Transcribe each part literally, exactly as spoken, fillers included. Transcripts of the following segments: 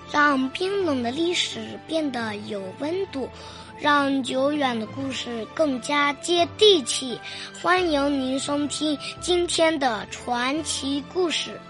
让冰冷的历史变得有温度，让久远的故事更加接地气。欢迎您收听今天的传奇故事。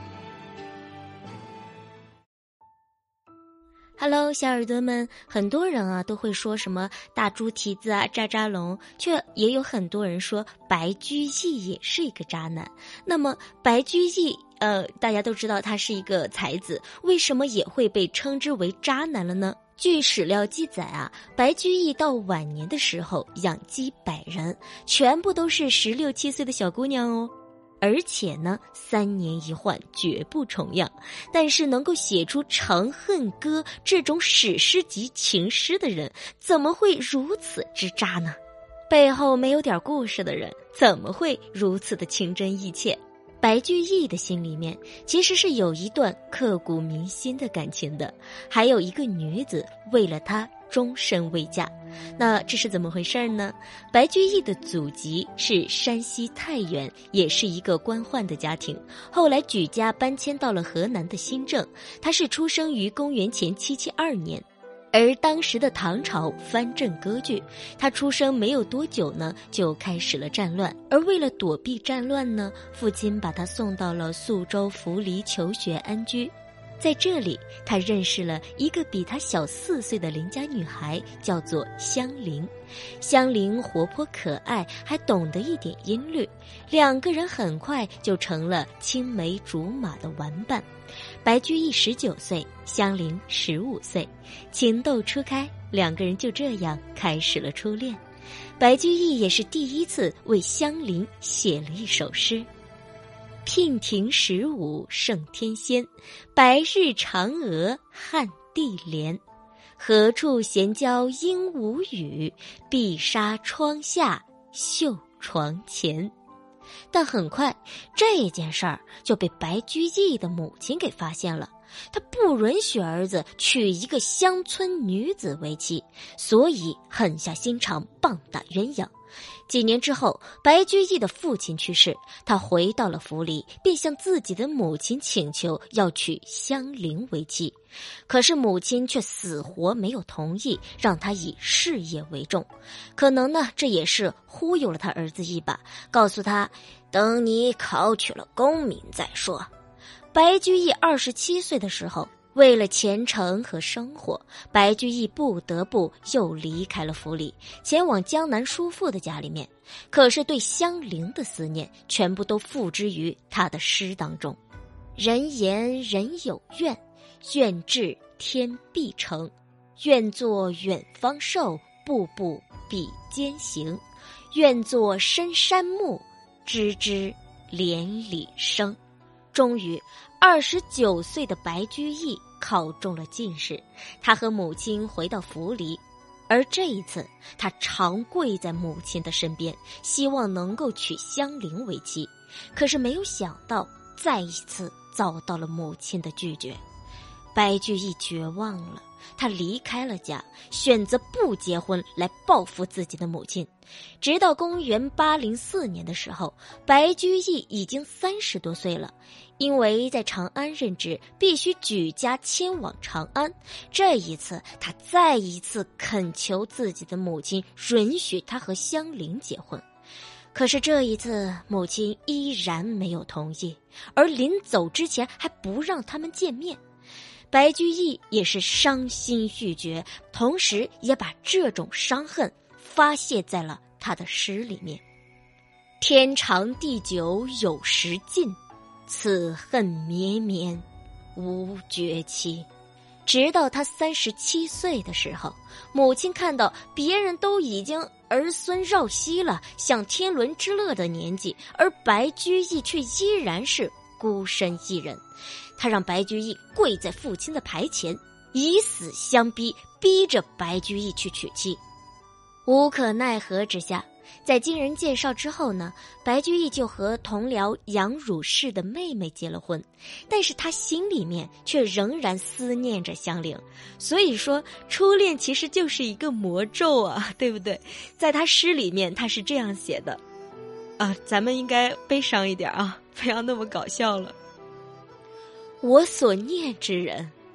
Hello， 小耳朵们，很多人啊都会说什么大猪蹄子啊、渣渣龙，却也有很多人说白居易也是一个渣男。那么白居易，呃，大家都知道他是一个才子，为什么也会被称之为渣男了呢？据史料记载啊，白居易到晚年的时候养鸡百人，全部都是十六七岁的小姑娘哦。而且呢，三年一换，绝不重样。但是能够写出《长恨歌》这种史诗级情诗的人，怎么会如此之渣呢？背后没有点故事的人，怎么会如此的情真意切？白居易的心里面其实是有一段刻骨铭心的感情的，还有一个女子为了他终身未嫁。那这是怎么回事呢？白居易的祖籍是山西太原，也是一个官宦的家庭，后来举家搬迁到了河南的新郑。他是出生于公元前七七二年，而当时的唐朝藩镇割据，他出生没有多久呢，就开始了战乱。而为了躲避战乱呢，父亲把他送到了宿州涪陵求学安居。在这里，他认识了一个比他小四岁的邻家女孩，叫做香菱。香菱活泼可爱，还懂得一点音律，两个人很快就成了青梅竹马的玩伴。白居易十九岁，香菱十五岁，情窦初开，两个人就这样开始了初恋。白居易也是第一次为香菱写了一首诗：娉婷十五胜天仙，白日嫦娥汉地莲。何处闲交应无语，碧纱窗下绣床前。但很快这件事儿就被白居易的母亲给发现了，他不允许儿子娶一个乡村女子为妻，所以狠下心肠棒打鸳鸯。几年之后，白居易的父亲去世，他回到了涪陵，便向自己的母亲请求要娶香菱为妻。可是母亲却死活没有同意，让他以事业为重。可能呢，这也是忽悠了他儿子一把，告诉他等你考取了功名再说。白居易二十七岁的时候，为了前程和生活，白居易不得不又离开了涪陵，前往江南叔父的家里面。可是对香菱的思念全部都付之于他的诗当中。人言人有怨，愿至天必成。愿作远方兽，步步比肩行。愿作深山木，枝枝连理生。终于二十九岁的白居易考中了进士，他和母亲回到涪陵，而这一次他常跪在母亲的身边，希望能够娶香菱为妻。可是没有想到再一次遭到了母亲的拒绝。白居易绝望了，他离开了家，选择不结婚来报复自己的母亲。直到公元八零四年的时候，白居易已经三十多岁了，因为在长安任职，必须举家迁往长安。这一次他再一次恳求自己的母亲允许他和香菱结婚。可是这一次母亲依然没有同意，而临走之前还不让他们见面。白居易也是伤心欲绝，同时也把这种伤恨发泄在了他的诗里面。天长地久有时尽，此恨绵绵无绝期。直到他三十七岁的时候，母亲看到别人都已经儿孙绕膝了，享天伦之乐的年纪，而白居易却依然是孤身一人。他让白居易跪在父亲的牌前，以死相逼，逼着白居易去娶妻。无可奈何之下，在经人介绍之后呢，白居易就和同僚杨汝士的妹妹结了婚，但是他心里面却仍然思念着香菱。所以说初恋其实就是一个魔咒啊，对不对？在他诗里面他是这样写的啊，咱们应该悲伤一点啊，不要那么搞笑了。我所念之人，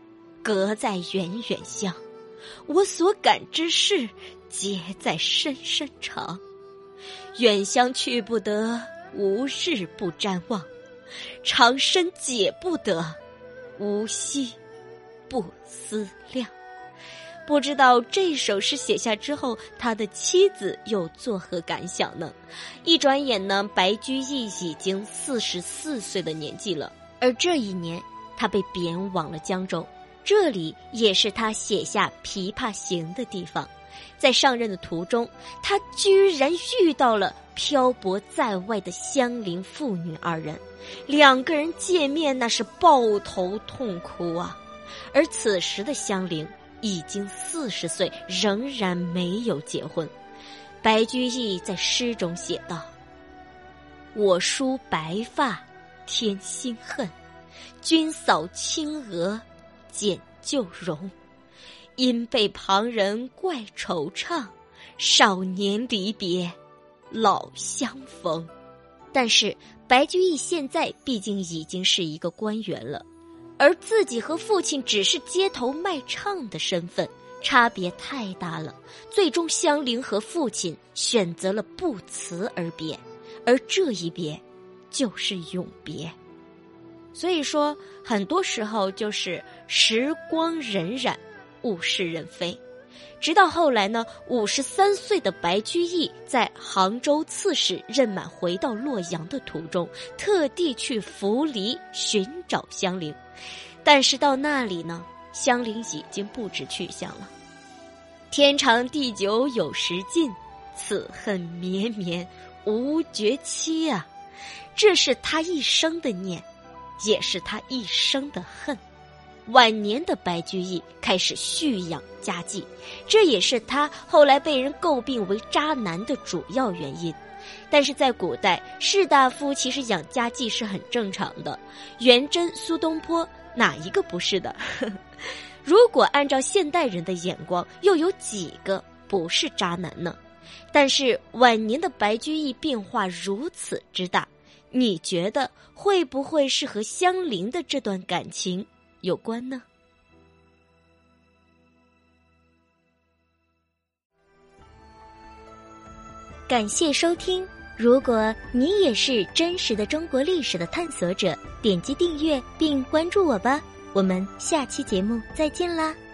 隔在远远乡，我所感之事，皆在深深长。远乡去不得，无日不瞻望；长身解不得，无夕不思量。不知道这首诗写下之后，他的妻子又作何感想呢？一转眼呢，白居易已经四十四岁的年纪了，而这一年他被贬往了江州，这里也是他写下《琵琶行》的地方。在上任的途中，他居然遇到了漂泊在外的香菱父女二人，两个人见面那是抱头痛哭啊。而此时的香菱已经四十岁，仍然没有结婚。白居易在诗中写道：我梳白发添新恨，君扫青额减旧容。因被旁人怪惆怅，少年离别老相逢。但是白居易现在毕竟已经是一个官员了，而自己和父亲只是街头卖唱的身份，差别太大了。最终香菱和父亲选择了不辞而别，而这一别就是永别。所以说很多时候就是时光荏苒，物是人非。直到后来呢，五十三岁的白居易在杭州刺史任满回到洛阳的途中，特地去扶离寻找香菱。但是到那里呢，香菱已经不知去向了。天长地久有时尽，此恨绵绵无绝期啊！这是他一生的念，也是他一生的恨。晚年的白居易开始蓄养家计，这也是他后来被人诟病为渣男的主要原因。但是在古代，士大夫其实养家计是很正常的，元稹、苏东坡哪一个不是的？如果按照现代人的眼光，又有几个不是渣男呢？但是晚年的白居易变化如此之大，你觉得会不会是和香菱的这段感情有关呢？感谢收听，如果你也是真实的中国历史的探索者，点击订阅并关注我吧，我们下期节目再见啦。